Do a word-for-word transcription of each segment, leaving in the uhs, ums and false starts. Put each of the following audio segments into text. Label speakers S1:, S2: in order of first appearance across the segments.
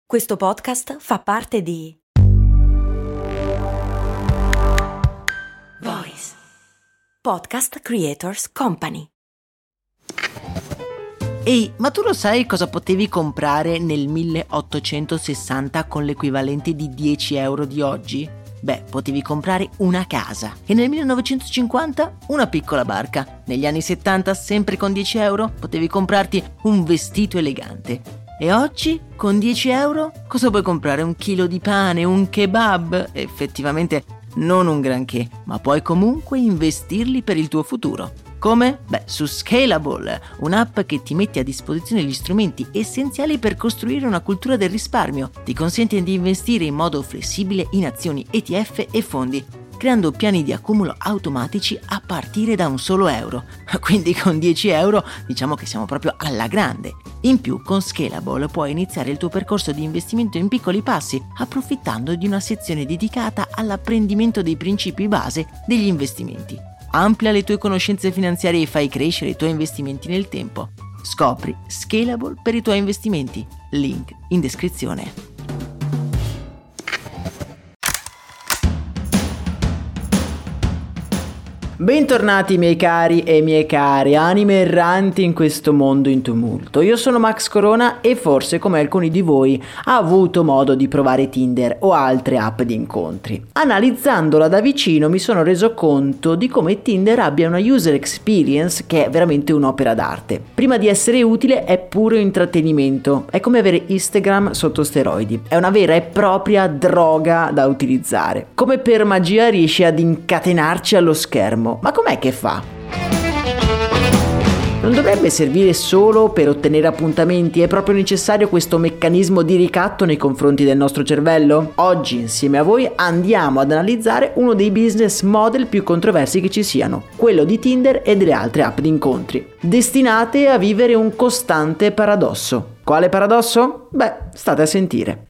S1: Questo podcast fa parte di Voice Podcast Creators Company.
S2: Ehi, ma tu lo sai cosa potevi comprare nel milleottocentosessanta con l'equivalente di dieci euro di oggi? Beh, potevi comprare una casa. E nel millenovecentocinquanta una piccola barca. Negli anni settanta, sempre con dieci euro, potevi comprarti un vestito elegante. E oggi, con dieci euro, cosa puoi comprare? Un chilo di pane, un kebab? Effettivamente non un granché, ma puoi comunque investirli per il tuo futuro. Come? Beh, su Scalable, un'app che ti mette a disposizione gli strumenti essenziali per costruire una cultura del risparmio. Ti consente di investire in modo flessibile in azioni, E T F e fondi, creando piani di accumulo automatici a partire da un solo euro. Quindi con dieci euro diciamo che siamo proprio alla grande. In più, con Scalable puoi iniziare il tuo percorso di investimento in piccoli passi, approfittando di una sezione dedicata all'apprendimento dei principi base degli investimenti. Amplia le tue conoscenze finanziarie e fai crescere i tuoi investimenti nel tempo. Scopri Scalable per i tuoi investimenti. Link in descrizione. Bentornati miei cari e miei cari, anime erranti in questo mondo in tumulto. Io sono Max Corona e forse, come alcuni di voi, ha avuto modo di provare Tinder o altre app di incontri. Analizzandola da vicino mi sono reso conto di come Tinder abbia una user experience che è veramente un'opera d'arte. Prima di essere utile è puro intrattenimento, è come avere Instagram sotto steroidi, è una vera e propria droga da utilizzare. Come per magia riesce ad incatenarci allo schermo. Ma com'è che fa? Non dovrebbe servire solo per ottenere appuntamenti? È proprio necessario questo meccanismo di ricatto nei confronti del nostro cervello? Oggi, insieme a voi, andiamo ad analizzare uno dei business model più controversi che ci siano, quello di Tinder e delle altre app di incontri, destinate a vivere un costante paradosso. Quale paradosso? Beh, state a sentire.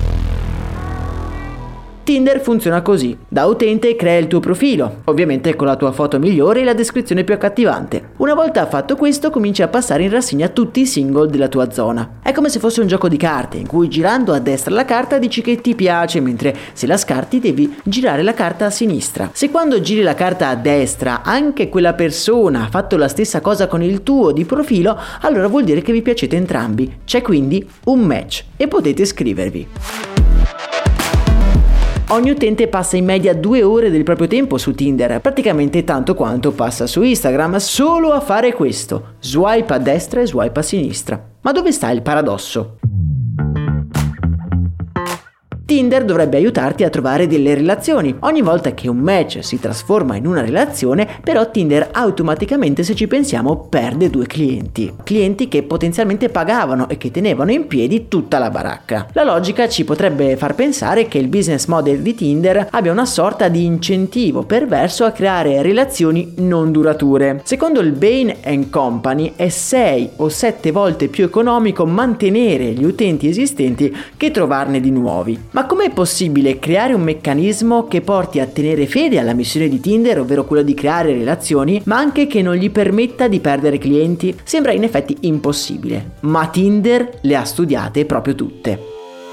S2: Tinder funziona così: da utente crea il tuo profilo, ovviamente con la tua foto migliore e la descrizione più accattivante. Una volta fatto questo, cominci a passare in rassegna tutti i single della tua zona. È come se fosse un gioco di carte in cui, girando a destra la carta, dici che ti piace, mentre se la scarti devi girare la carta a sinistra. Se quando giri la carta a destra anche quella persona ha fatto la stessa cosa con il tuo di profilo, allora vuol dire che vi piacete entrambi. C'è quindi un match e potete scrivervi. Ogni utente passa in media due ore del proprio tempo su Tinder, praticamente tanto quanto passa su Instagram, solo a fare questo: swipe a destra e swipe a sinistra. Ma dove sta il paradosso? Tinder dovrebbe aiutarti a trovare delle relazioni. Ogni volta che un match si trasforma in una relazione, però Tinder automaticamente, se ci pensiamo, perde due clienti. Clienti che potenzialmente pagavano e che tenevano in piedi tutta la baracca. La logica ci potrebbe far pensare che il business model di Tinder abbia una sorta di incentivo perverso a creare relazioni non durature. Secondo il Bain and Company è sei o sette volte più economico mantenere gli utenti esistenti che trovarne di nuovi. Ma Ma com'è possibile creare un meccanismo che porti a tenere fede alla missione di Tinder, ovvero quello di creare relazioni, ma anche che non gli permetta di perdere clienti? Sembra in effetti impossibile, ma Tinder le ha studiate proprio tutte.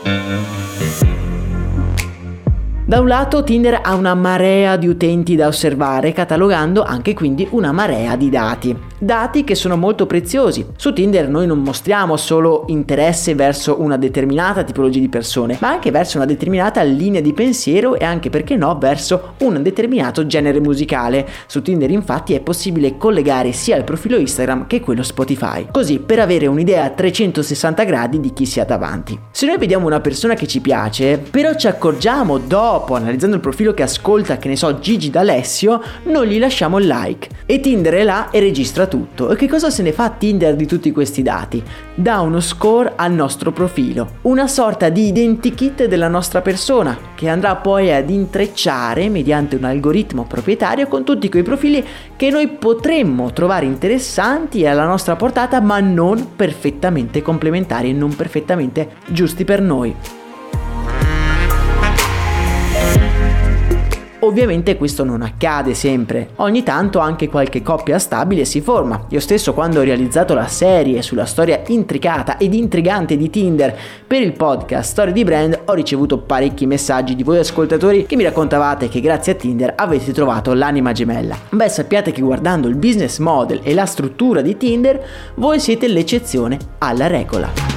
S2: Da un lato Tinder ha una marea di utenti da osservare, catalogando anche quindi una marea di dati. Dati che sono molto preziosi. Su Tinder noi non mostriamo solo interesse verso una determinata tipologia di persone, ma anche verso una determinata linea di pensiero e anche, perché no, verso un determinato genere musicale. Su Tinder infatti è possibile collegare sia il profilo Instagram che quello Spotify, così per avere un'idea a trecentosessanta gradi di chi sia davanti. Se noi vediamo una persona che ci piace, però ci accorgiamo dopo, analizzando il profilo, che ascolta, che ne so, Gigi D'Alessio, non gli lasciamo il like e Tinder è là e registra tutto. E che cosa se ne fa Tinder di tutti questi dati? Dà uno score al nostro profilo, una sorta di identikit della nostra persona, che andrà poi ad intrecciare mediante un algoritmo proprietario con tutti quei profili che noi potremmo trovare interessanti e alla nostra portata, ma non perfettamente complementari e non perfettamente giusti per noi. Ovviamente questo non accade sempre, ogni tanto anche qualche coppia stabile si forma. Io stesso, quando ho realizzato la serie sulla storia intricata ed intrigante di Tinder per il podcast Storie di Brand, ho ricevuto parecchi messaggi di voi ascoltatori che mi raccontavate che grazie a Tinder avete trovato l'anima gemella. Beh, sappiate che guardando il business model e la struttura di Tinder, voi siete l'eccezione alla regola.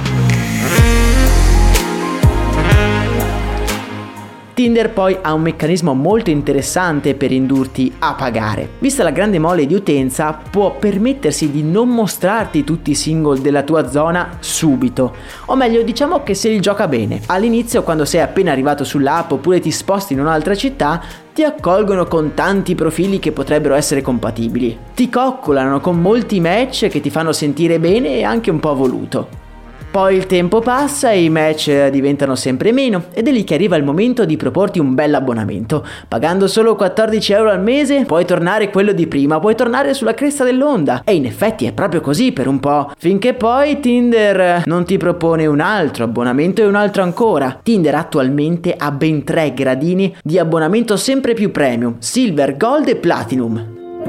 S2: Tinder poi ha un meccanismo molto interessante per indurti a pagare. Vista la grande mole di utenza, può permettersi di non mostrarti tutti i single della tua zona subito, o meglio diciamo che se li gioca bene. All'inizio, quando sei appena arrivato sull'app oppure ti sposti in un'altra città, ti accolgono con tanti profili che potrebbero essere compatibili. Ti coccolano con molti match che ti fanno sentire bene e anche un po' voluto. Poi il tempo passa e i match diventano sempre meno ed è lì che arriva il momento di proporti un bel abbonamento. Pagando solo quattordici euro al mese puoi tornare quello di prima, puoi tornare sulla cresta dell'onda. E in effetti è proprio così per un po', finché poi Tinder non ti propone un altro abbonamento e un altro ancora. Tinder attualmente ha ben tre gradini di abbonamento sempre più premium: Silver, Gold e Platinum.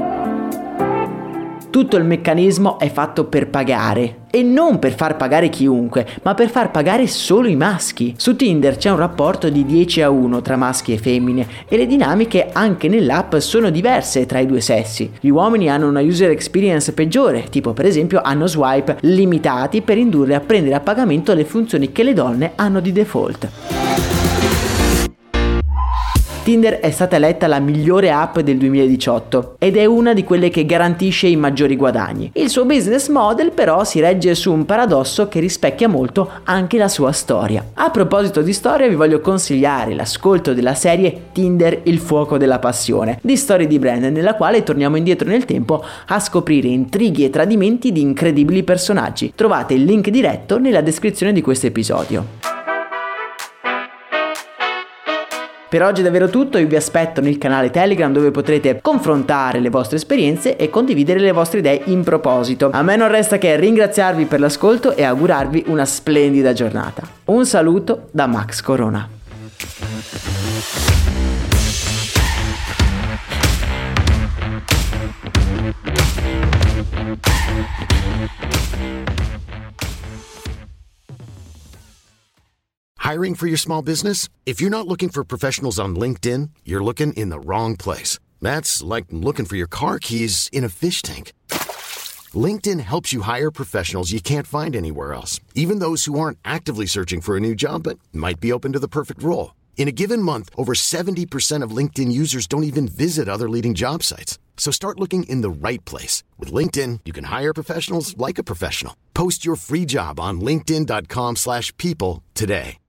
S2: Tutto il meccanismo è fatto per pagare, e non per far pagare chiunque, ma per far pagare solo i maschi. Su Tinder c'è un rapporto di dieci a uno tra maschi e femmine e le dinamiche anche nell'app sono diverse tra i due sessi. Gli uomini hanno una user experience peggiore, tipo per esempio hanno swipe limitati per indurre a prendere a pagamento le funzioni che le donne hanno di default. Tinder è stata eletta la migliore app del duemiladiciotto ed è una di quelle che garantisce i maggiori guadagni. Il suo business model però si regge su un paradosso che rispecchia molto anche la sua storia. A proposito di storia, vi voglio consigliare l'ascolto della serie Tinder, il fuoco della passione di Storie di Brand, nella quale torniamo indietro nel tempo a scoprire intrighi e tradimenti di incredibili personaggi. Trovate il link diretto nella descrizione di questo episodio. Per oggi è davvero tutto, io vi aspetto nel canale Telegram dove potrete confrontare le vostre esperienze e condividere le vostre idee in proposito. A me non resta che ringraziarvi per l'ascolto e augurarvi una splendida giornata. Un saluto da Max Corona.
S3: Hiring for your small business? If you're not looking for professionals on LinkedIn, you're looking in the wrong place. That's like looking for your car keys in a fish tank. LinkedIn helps you hire professionals you can't find anywhere else, even those who aren't actively searching for a new job but might be open to the perfect role. In a given month, over seventy percent of LinkedIn users don't even visit other leading job sites. So start looking in the right place. With LinkedIn, you can hire professionals like a professional. Post your free job on linkedin dot com slash people today.